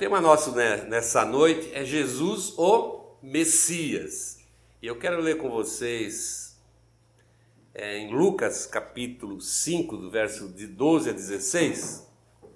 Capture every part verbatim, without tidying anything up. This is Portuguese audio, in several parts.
tema nosso, né, nessa noite é Jesus, o Messias. E eu quero ler com vocês é, em Lucas capítulo cinco, do verso de doze a dezesseis,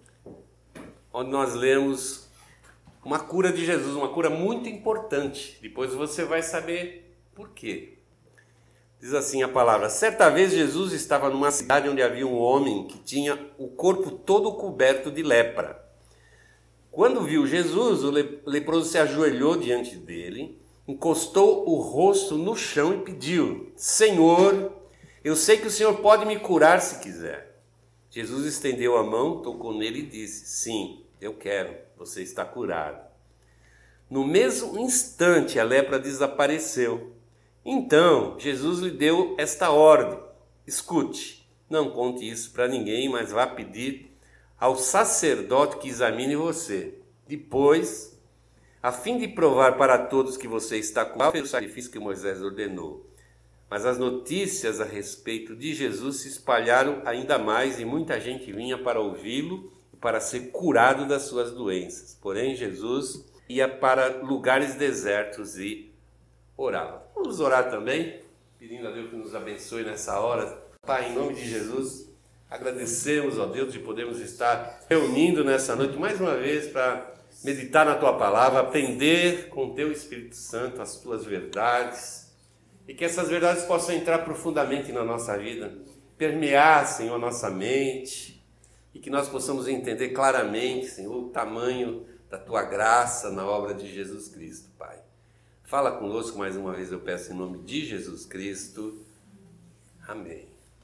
onde nós lemos uma cura de Jesus, uma cura muito importante. Depois você vai saber por quê. Diz assim a palavra: certa vez Jesus estava numa cidade onde havia um homem que tinha o corpo todo coberto de lepra. Quando viu Jesus, o leproso se ajoelhou diante dele, encostou o rosto no chão e pediu: Senhor, eu sei que o Senhor pode me curar se quiser. Jesus estendeu a mão, tocou nele e disse: sim, eu quero, você está curado. No mesmo instante a lepra desapareceu. Então Jesus lhe deu esta ordem: escute, não conte isso para ninguém, mas vá pedir ao sacerdote que examine você. Depois, a fim de provar para todos que você está curado, fez o sacrifício que Moisés ordenou. Mas as notícias a respeito de Jesus se espalharam ainda mais e muita gente vinha para ouvi-lo e para ser curado das suas doenças. Porém, Jesus ia para lugares desertos e orava. Vamos orar também, pedindo a Deus que nos abençoe nessa hora. Pai, em nome de Jesus, agradecemos, ó Deus, de podermos estar reunindo nessa noite mais uma vez para meditar na Tua Palavra, aprender com o Teu Espírito Santo as Tuas verdades e que essas verdades possam entrar profundamente na nossa vida, permear, Senhor, a nossa mente e que nós possamos entender claramente, Senhor, o tamanho da Tua graça na obra de Jesus Cristo, Pai. Fala conosco mais uma vez, eu peço em nome de Jesus Cristo. Amém.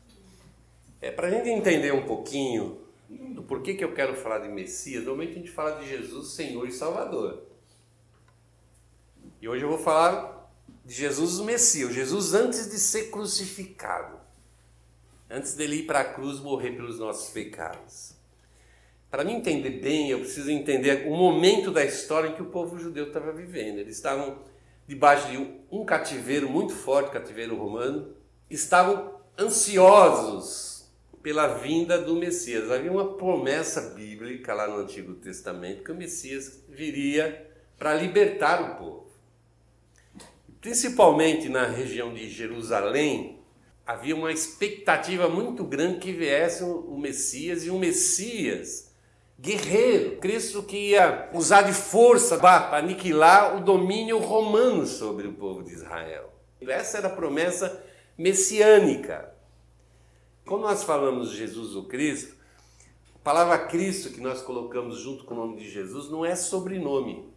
É, para a gente entender um pouquinho do porquê que eu quero falar de Messias, normalmente a gente fala de Jesus, Senhor e Salvador. E hoje eu vou falar de Jesus, o Messias, Jesus antes de ser crucificado, antes dele ir para a cruz morrer pelos nossos pecados. Para mim entender bem, eu preciso entender o momento da história em que o povo judeu estava vivendo. Eles estavam debaixo de um cativeiro muito forte, cativeiro romano, estavam ansiosos pela vinda do Messias. Havia uma promessa bíblica lá no Antigo Testamento que o Messias viria para libertar o povo. Principalmente na região de Jerusalém, havia uma expectativa muito grande que viesse o Messias, e um Messias guerreiro, Cristo que ia usar de força para aniquilar o domínio romano sobre o povo de Israel. Essa era a promessa messiânica. Quando nós falamos de Jesus o Cristo, a palavra Cristo que nós colocamos junto com o nome de Jesus não é sobrenome,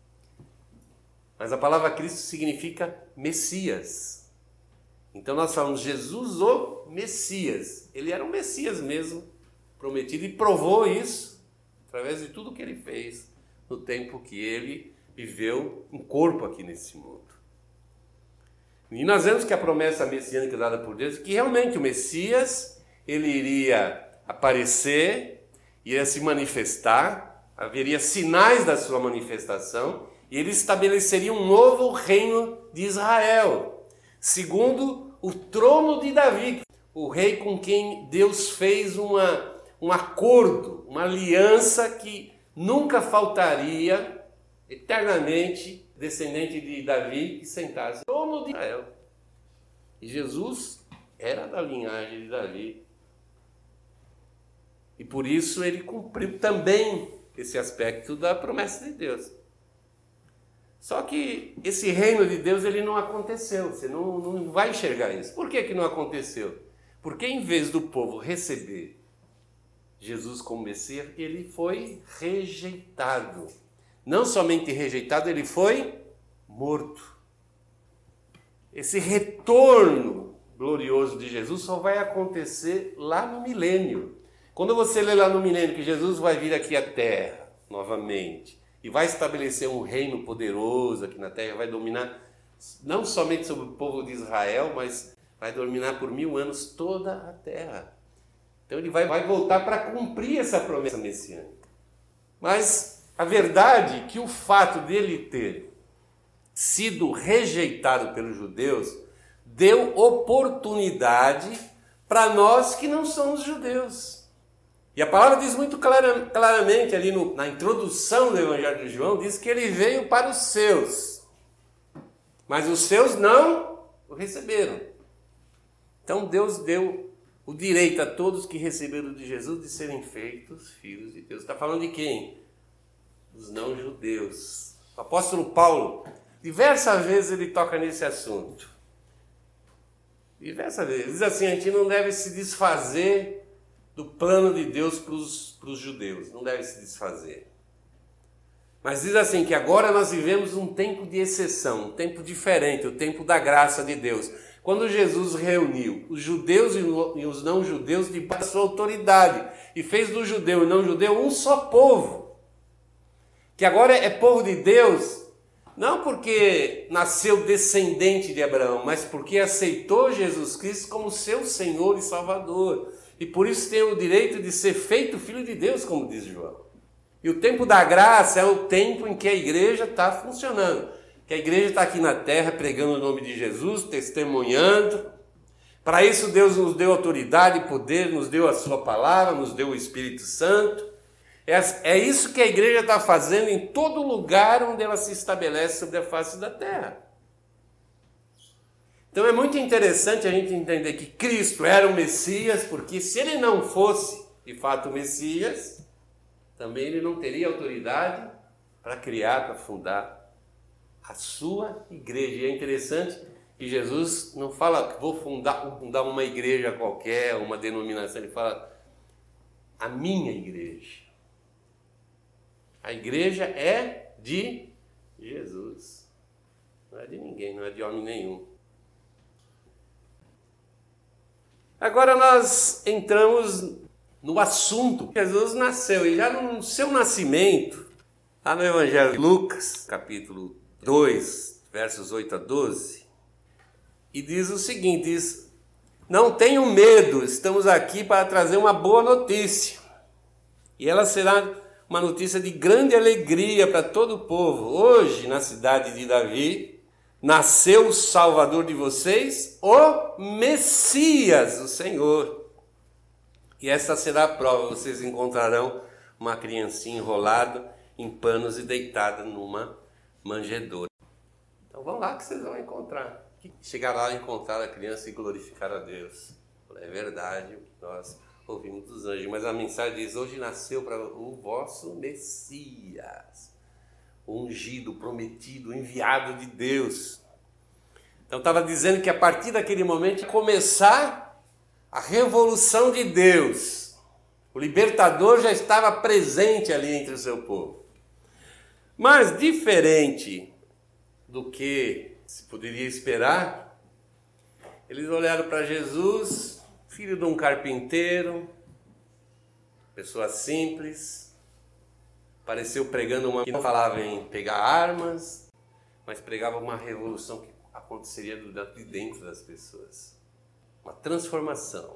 mas a palavra Cristo significa Messias. Então nós falamos Jesus o Messias. Ele era um Messias mesmo, prometido, e provou isso através de tudo que ele fez no tempo que ele viveu em corpo aqui nesse mundo. E nós vemos que a promessa messiânica dada por Deus é que realmente o Messias, ele iria aparecer, iria se manifestar, haveria sinais da sua manifestação, e ele estabeleceria um novo reino de Israel, segundo o trono de Davi, o rei com quem Deus fez uma um acordo, uma aliança que nunca faltaria eternamente descendente de Davi que sentasse no trono de Israel. E Jesus era da linhagem de Davi. E por isso ele cumpriu também esse aspecto da promessa de Deus. Só que esse reino de Deus ele não aconteceu. Você não, não vai enxergar isso. Por que que não aconteceu? Porque em vez do povo receber Jesus como Messias, ele foi rejeitado. Não somente rejeitado, ele foi morto. Esse retorno glorioso de Jesus só vai acontecer lá no milênio. Quando você lê lá no milênio que Jesus vai vir aqui à terra novamente e vai estabelecer um reino poderoso aqui na terra, vai dominar não somente sobre o povo de Israel, mas vai dominar por mil anos toda a terra. Então ele vai, vai voltar para cumprir essa promessa messiânica. Mas a verdade é que o fato dele ter sido rejeitado pelos judeus deu oportunidade para nós que não somos judeus. E a palavra diz muito clara, claramente ali no, na introdução do Evangelho de João, diz que ele veio para os seus, mas os seus não o receberam. Então Deus deu o direito a todos que receberam de Jesus de serem feitos filhos de Deus. Está falando de quem? Dos não-judeus. O apóstolo Paulo, diversas vezes ele toca nesse assunto. Diversas vezes. Diz assim, a gente não deve se desfazer do plano de Deus para os judeus. Não deve se desfazer. Mas diz assim, que agora nós vivemos um tempo de exceção, um tempo diferente, o tempo da graça de Deus. Quando Jesus reuniu os judeus e os não-judeus debaixo da sua autoridade e fez do judeu e não-judeu um só povo, que agora é povo de Deus, não porque nasceu descendente de Abraão, mas porque aceitou Jesus Cristo como seu Senhor e Salvador. E por isso tem o direito de ser feito filho de Deus, como diz João. E o tempo da graça é o tempo em que a igreja está funcionando. Que a igreja está aqui na terra pregando o nome de Jesus, testemunhando. Para isso Deus nos deu autoridade e poder, nos deu a sua palavra, nos deu o Espírito Santo. É, é isso que a igreja está fazendo em todo lugar onde ela se estabelece sobre a face da terra. Então é muito interessante a gente entender que Cristo era o Messias, porque se ele não fosse de fato o Messias, também ele não teria autoridade para criar, para fundar a sua igreja. E é interessante que Jesus não fala que vou fundar, vou fundar uma igreja qualquer, uma denominação, ele fala a minha igreja. A igreja é de Jesus, não é de ninguém, não é de homem nenhum. Agora nós entramos no assunto. Jesus nasceu, e já no seu nascimento, lá no Evangelho de Lucas, capítulo dois, versos oito a doze, e diz o seguinte, diz, não tenham medo, estamos aqui para trazer uma boa notícia. E ela será uma notícia de grande alegria para todo o povo. Hoje, na cidade de Davi, nasceu o Salvador de vocês, o Messias, o Senhor. E esta será a prova, vocês encontrarão uma criancinha enrolada em panos e deitada numa manjedoura. Então vão lá que vocês vão encontrar. Chegar lá e encontrar a criança e glorificar a Deus. É verdade o que nós ouvimos dos anjos, mas a mensagem diz, hoje nasceu para o vosso Messias, o ungido, prometido, enviado de Deus. Então estava dizendo que a partir daquele momento ia começar a revolução de Deus. O libertador já estava presente ali entre o seu povo. Mas diferente do que se poderia esperar, eles olharam para Jesus, filho de um carpinteiro, pessoa simples, pareceu pregando uma... que não falava em pegar armas, mas pregava uma revolução que aconteceria de dentro das pessoas. Uma transformação.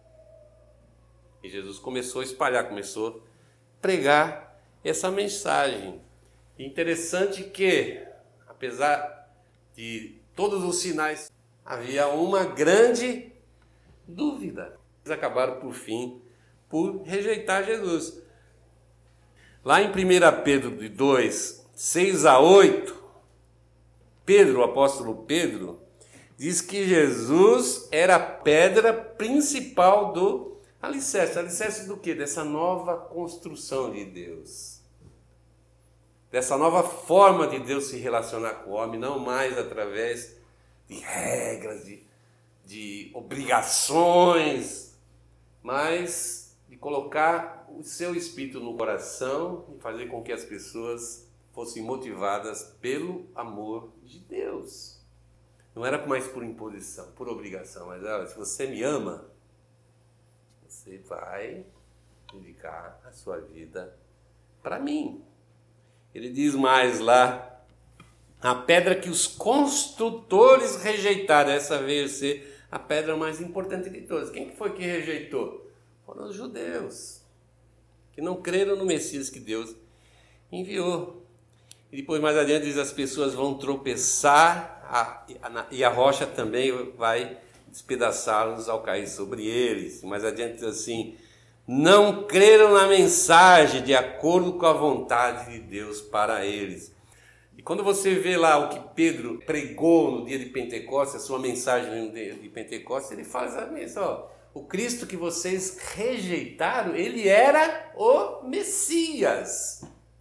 E Jesus começou a espalhar, começou a pregar essa mensagem. E interessante que, apesar de todos os sinais, havia uma grande dúvida. Eles acabaram, por fim, por rejeitar Jesus. Lá em primeira Pedro dois, seis a oito, Pedro, o apóstolo Pedro, diz que Jesus era a pedra principal do alicerce. Alicerce do quê? Dessa nova construção de Deus. Dessa nova forma de Deus se relacionar com o homem, não mais através de regras, de, de obrigações, mas de colocar o seu espírito no coração e fazer com que as pessoas fossem motivadas pelo amor de Deus. Não era mais por imposição, por obrigação, mas olha, se você me ama, você vai dedicar a sua vida para mim. Ele diz mais lá, a pedra que os construtores rejeitaram, essa veio ser a pedra mais importante de todas. Quem que foi que rejeitou? Foram os judeus, que não creram no Messias que Deus enviou. E depois mais adiante diz, as pessoas vão tropeçar a, a, e a rocha também vai despedaçá-los ao cair sobre eles. Mais adiante diz assim, não creram na mensagem de acordo com a vontade de Deus para eles. E quando você vê lá o que Pedro pregou no dia de Pentecostes, a sua mensagem no dia de Pentecostes, ele fala exatamente, ó, o Cristo que vocês rejeitaram, ele era o Messias.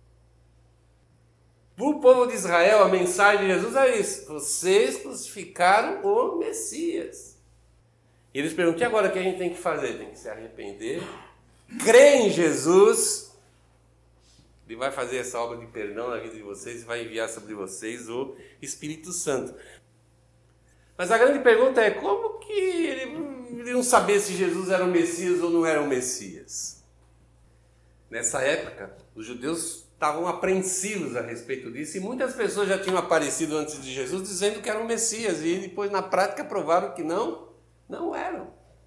Para o povo de Israel, a mensagem de Jesus é isso: vocês crucificaram o Messias. E eles perguntam: e agora o que a gente tem que fazer? Tem que se arrepender, crer em Jesus. Ele vai fazer essa obra de perdão na vida de vocês e vai enviar sobre vocês o Espírito Santo. Mas a grande pergunta é: como que ele não sabia se Jesus era o Messias ou não era o Messias? Nessa época, os judeus estavam apreensivos a respeito disso, e muitas pessoas já tinham aparecido antes de Jesus dizendo que eram o Messias, e depois na prática provaram que não, não eram.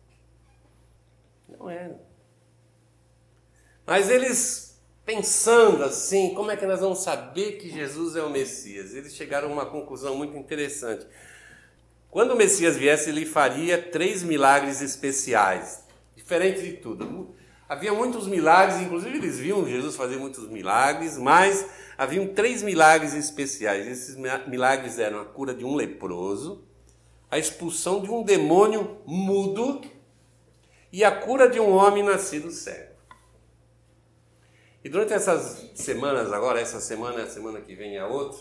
Não eram. Mas eles, pensando assim, como é que nós vamos saber que Jesus é o Messias? Eles chegaram a uma conclusão muito interessante. Quando o Messias viesse, ele faria três milagres especiais, diferente de tudo. Havia muitos milagres, inclusive eles viam Jesus fazer muitos milagres, mas haviam três milagres especiais. Esses milagres eram a cura de um leproso, a expulsão de um demônio mudo e a cura de um homem nascido cego. E durante essas semanas agora, essa semana, a semana que vem e a outra,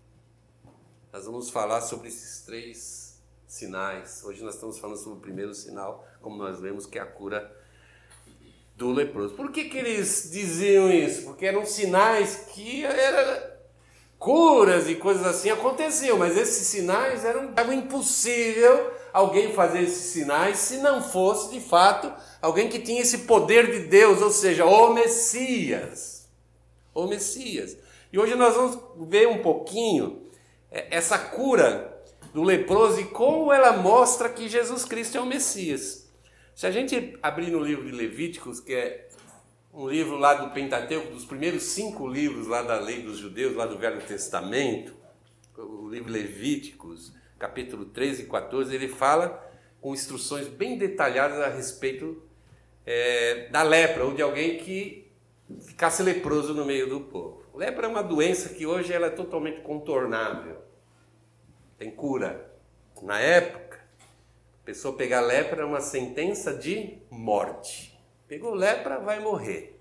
nós vamos falar sobre esses três sinais. Hoje nós estamos falando sobre o primeiro sinal, como nós vemos, que é a cura do leproso. Por que que eles diziam isso? Porque eram sinais que eram curas e coisas assim aconteciam, mas esses sinais eram, era impossível alguém fazer esses sinais se não fosse, de fato, alguém que tinha esse poder de Deus, ou seja, o Messias. O Messias. E hoje nós vamos ver um pouquinho essa cura do leproso e como ela mostra que Jesus Cristo é o Messias. Se a gente abrir no livro de Levíticos, que é um livro lá do Pentateuco, dos primeiros cinco livros lá da lei dos judeus, lá do Velho Testamento, o livro Levíticos, capítulo treze e quatorze, ele fala com instruções bem detalhadas a respeito é, da lepra, ou de alguém que ficasse leproso no meio do povo. Lepra é uma doença que hoje ela é totalmente contornável, tem cura. Na época, a pessoa pegar lepra é uma sentença de morte. Pegou lepra, vai morrer.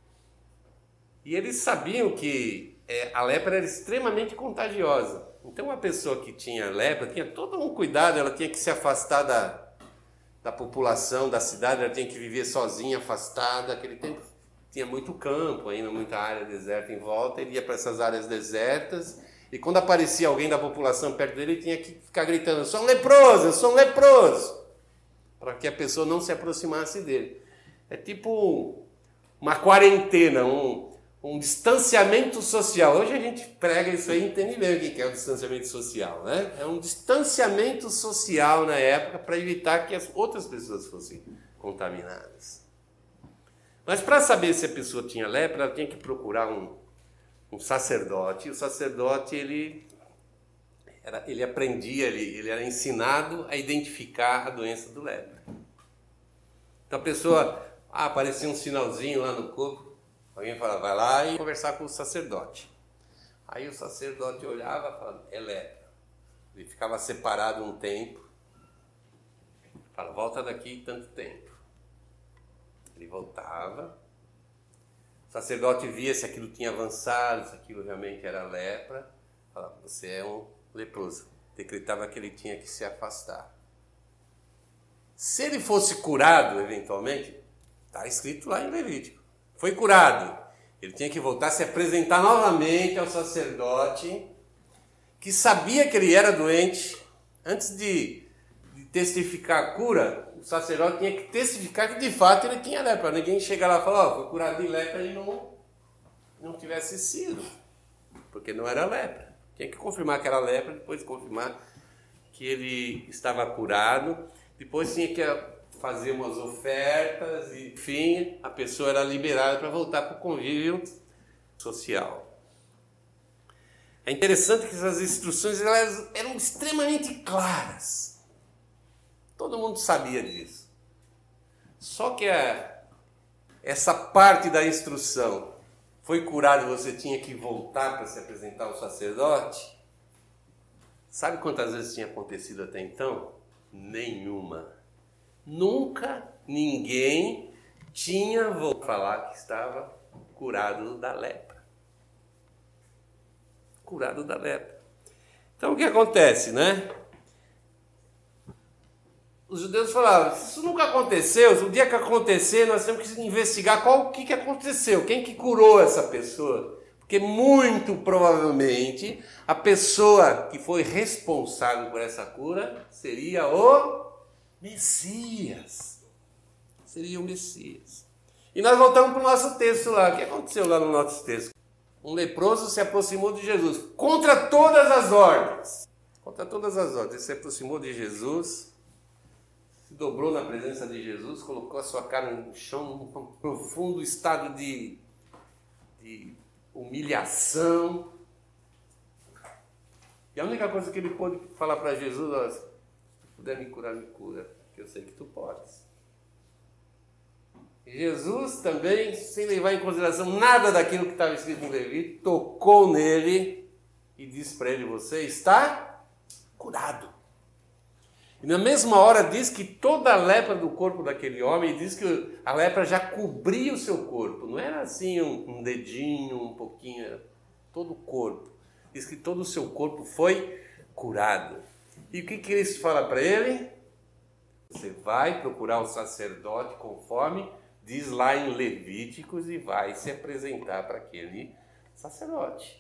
E eles sabiam que é, a lepra era extremamente contagiosa. Então a pessoa que tinha lepra tinha todo um cuidado, ela tinha que se afastar da, da população, da cidade, ela tinha que viver sozinha, afastada. Naquele tempo tinha muito campo ainda, muita área deserta em volta, ele ia para essas áreas desertas. E quando aparecia alguém da população perto dele, ele tinha que ficar gritando: eu sou um leproso, eu sou um leproso, para que a pessoa não se aproximasse dele. É tipo uma quarentena, um, um distanciamento social. Hoje a gente prega isso aí e entende bem o que é o distanciamento social, né? É um distanciamento social na época para evitar que as outras pessoas fossem contaminadas. Mas para saber se a pessoa tinha lepra, ela tinha que procurar um um sacerdote, e o sacerdote ele, era, ele aprendia, ele, ele era ensinado a identificar a doença do lepra. Então a pessoa, ah, aparecia um sinalzinho lá no corpo, alguém falava, vai lá e conversar com o sacerdote. Aí o sacerdote olhava e falava, é lepra. Ele ficava separado um tempo, fala, volta daqui tanto tempo. Ele voltava. O sacerdote via se aquilo tinha avançado, se aquilo realmente era lepra. Falava, você é um leproso. Decretava que ele tinha que se afastar. Se ele fosse curado, eventualmente, está escrito lá em Levítico, foi curado. Ele tinha que voltar a se apresentar novamente ao sacerdote, que sabia que ele era doente. Antes de, de testificar a cura, o sacerdote tinha que testificar que de fato ele tinha lepra. Ninguém chega lá e fala, ó, oh, foi curado de lepra e não, não tivesse sido, porque não era lepra. Tinha que confirmar que era lepra, depois confirmar que ele estava curado. Depois tinha que fazer umas ofertas e, enfim, a pessoa era liberada para voltar para o convívio social. É interessante que essas instruções elas eram extremamente claras. Todo mundo sabia disso. Só que a, essa parte da instrução, foi curado e você tinha que voltar para se apresentar ao sacerdote, sabe quantas vezes tinha acontecido até então? Nenhuma. Nunca ninguém tinha voltado a falar que estava curado da lepra. Curado da lepra. Então o que acontece, né? Os judeus falavam, isso nunca aconteceu, o dia que acontecer nós temos que investigar qual, o que, que aconteceu, quem que curou essa pessoa. Porque muito provavelmente a pessoa que foi responsável por essa cura seria o Messias. Seria o Messias. E nós voltamos para o nosso texto lá. O que aconteceu lá no nosso texto? Um leproso se aproximou de Jesus, contra todas as ordens. Contra todas as ordens. Ele se aproximou de Jesus, se dobrou na presença de Jesus, colocou a sua cara no chão, num profundo estado de, de humilhação. E a única coisa que ele pôde falar para Jesus, ó, se puder me curar, me cura, que eu sei que tu podes. Jesus também, sem levar em consideração nada daquilo que estava escrito no Levítico, tocou nele e disse para ele, você está curado. E na mesma hora diz que toda a lepra do corpo daquele homem, diz que a lepra já cobria o seu corpo. Não era assim um, um dedinho, um pouquinho, era todo o corpo. Diz que todo o seu corpo foi curado. E o que Cristo fala para ele? Você vai procurar o sacerdote conforme diz lá em Levíticos e vai se apresentar para aquele sacerdote.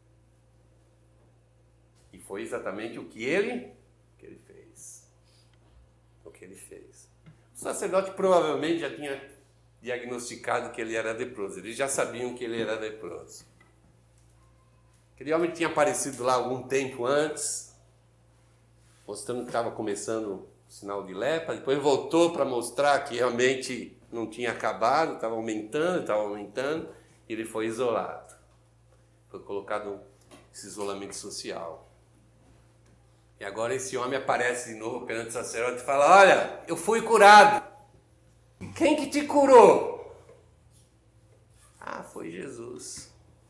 E foi exatamente o que ele, que ele fez. O que ele fez. O sacerdote provavelmente já tinha diagnosticado que ele era leproso. Eles já sabiam que ele era leproso. Aquele homem tinha aparecido lá algum tempo antes, mostrando que estava começando o sinal de lepra. Depois voltou para mostrar que realmente não tinha acabado, estava aumentando, estava aumentando, e ele foi isolado. Foi colocado esse isolamento social. E agora esse homem aparece de novo perante o sacerdote e fala, olha, eu fui curado. Quem que te curou? Ah, foi Jesus.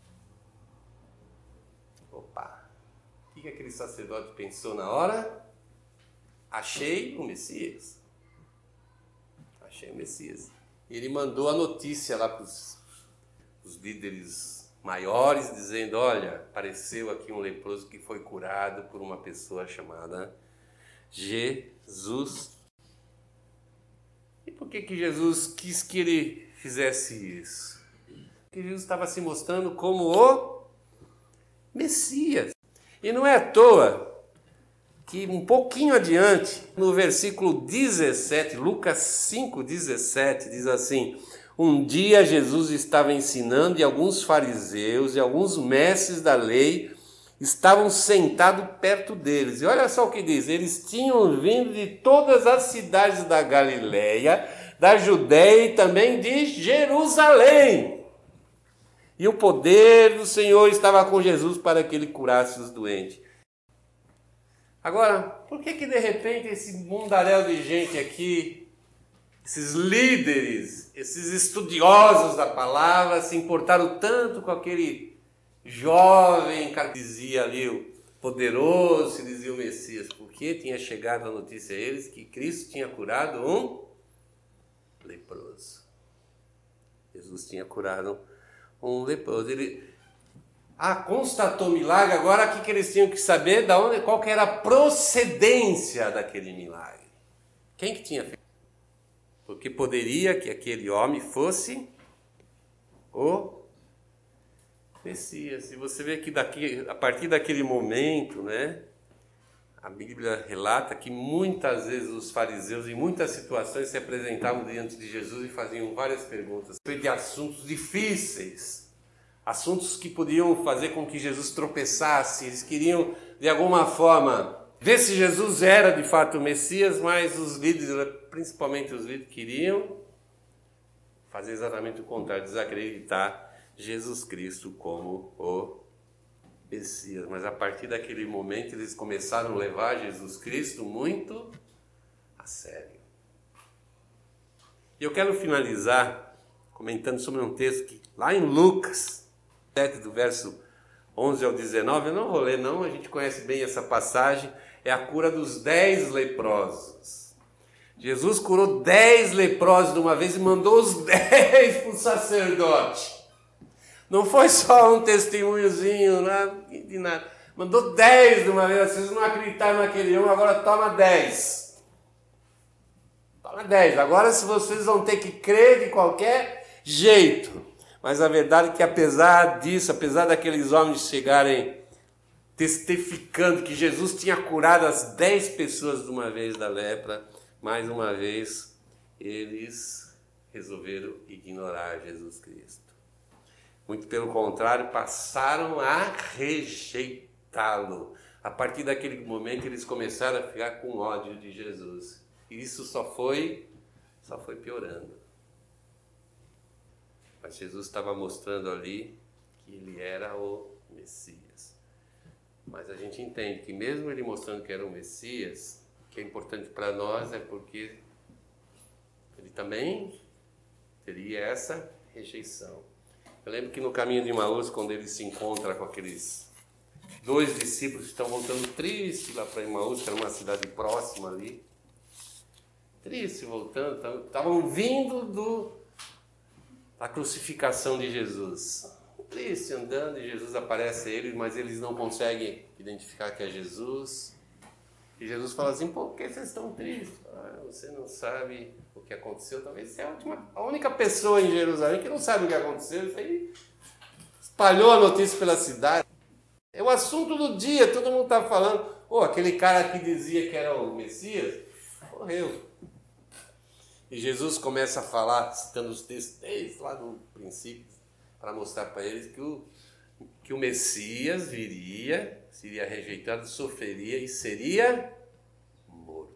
Opa, o que, que aquele sacerdote pensou na hora? Achei o Messias. Achei o Messias. E ele mandou a notícia lá para os líderes maiores, dizendo, olha, apareceu aqui um leproso que foi curado por uma pessoa chamada Jesus. E por que que Jesus quis que ele fizesse isso? Porque Jesus estava se mostrando como o Messias. E não é à toa que um pouquinho adiante, no versículo dezessete, Lucas cinco, dezessete, diz assim, um dia Jesus estava ensinando e alguns fariseus e alguns mestres da lei estavam sentados perto deles. E olha só o que diz, eles tinham vindo de todas as cidades da Galileia, da Judéia e também de Jerusalém. E o poder do Senhor estava com Jesus para que ele curasse os doentes. Agora, por que que de repente esse mundaréu de gente aqui, esses líderes, esses estudiosos da palavra, se importaram tanto com aquele jovem que dizia ali o poderoso, se dizia o Messias? Porque tinha chegado a notícia a eles que Cristo tinha curado um leproso. Jesus tinha curado um leproso. Ele... Ah, constatou milagre, agora o que, que eles tinham que saber? Da onde, qual que era a procedência daquele milagre. Quem que tinha feito? Porque poderia que aquele homem fosse o Messias. E você vê que daqui, a partir daquele momento, né, a Bíblia relata que muitas vezes os fariseus, em muitas situações, se apresentavam diante de Jesus e faziam várias perguntas de assuntos difíceis. Assuntos que podiam fazer com que Jesus tropeçasse. Eles queriam, de alguma forma, ver se Jesus era de fato o Messias, mas os líderes, principalmente os líderes, queriam fazer exatamente o contrário, desacreditar Jesus Cristo como o Messias. Mas a partir daquele momento eles começaram a levar Jesus Cristo muito a sério. E eu quero finalizar comentando sobre um texto que lá em Lucas sete, do verso onze ao dezenove, eu não vou ler não, a gente conhece bem essa passagem, é a cura dos dez leprosos. Jesus curou dez leprosos de uma vez e mandou os dez para o sacerdote. Não foi só um testemunhozinho, nada, de nada. Mandou dez de uma vez. Vocês não acreditaram naquele um, agora toma dez. Toma dez. Agora se vocês vão ter que crer de qualquer jeito. Mas a verdade é que apesar disso, apesar daqueles homens chegarem testificando que Jesus tinha curado as dez pessoas de uma vez da lepra, mais uma vez eles resolveram ignorar Jesus Cristo. Muito pelo contrário, passaram a rejeitá-lo. A partir daquele momento, eles começaram a ficar com ódio de Jesus. E isso só foi, só foi piorando. Mas Jesus estava mostrando ali que ele era o Messias. Mas a gente entende que mesmo ele mostrando que era o Messias, o que é importante para nós é porque ele também teria essa rejeição. Eu lembro que no caminho de Emaús, quando ele se encontra com aqueles dois discípulos que estão voltando tristes lá para Emaús, que era uma cidade próxima ali, tristes voltando, estavam vindo do, da crucificação de Jesus, triste andando, e Jesus aparece a eles, mas eles não conseguem identificar que é Jesus. E Jesus fala assim: por que vocês estão tristes? Ah, você não sabe o que aconteceu. Talvez você é a, última, a única pessoa em Jerusalém que não sabe o que aconteceu. Isso aí espalhou a notícia pela cidade. É o assunto do dia, todo mundo está falando. Oh, aquele cara que dizia que era o Messias, morreu. E Jesus começa a falar, citando os textos desde lá no princípio, para mostrar para eles que o, que o Messias viria, seria rejeitado, sofreria e seria morto.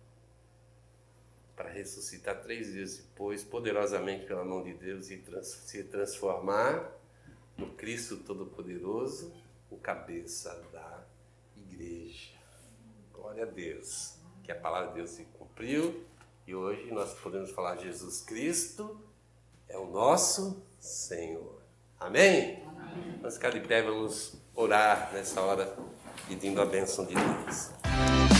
Para ressuscitar três dias depois, poderosamente pela mão de Deus, e trans, se transformar no Cristo Todo-Poderoso, o cabeça da igreja. Glória a Deus, que a palavra de Deus se cumpriu, e hoje nós podemos falar: Jesus Cristo é o nosso Senhor. Amém? Amém. Vamos ficar de pé, vamos orar nessa hora, pedindo a bênção de Deus.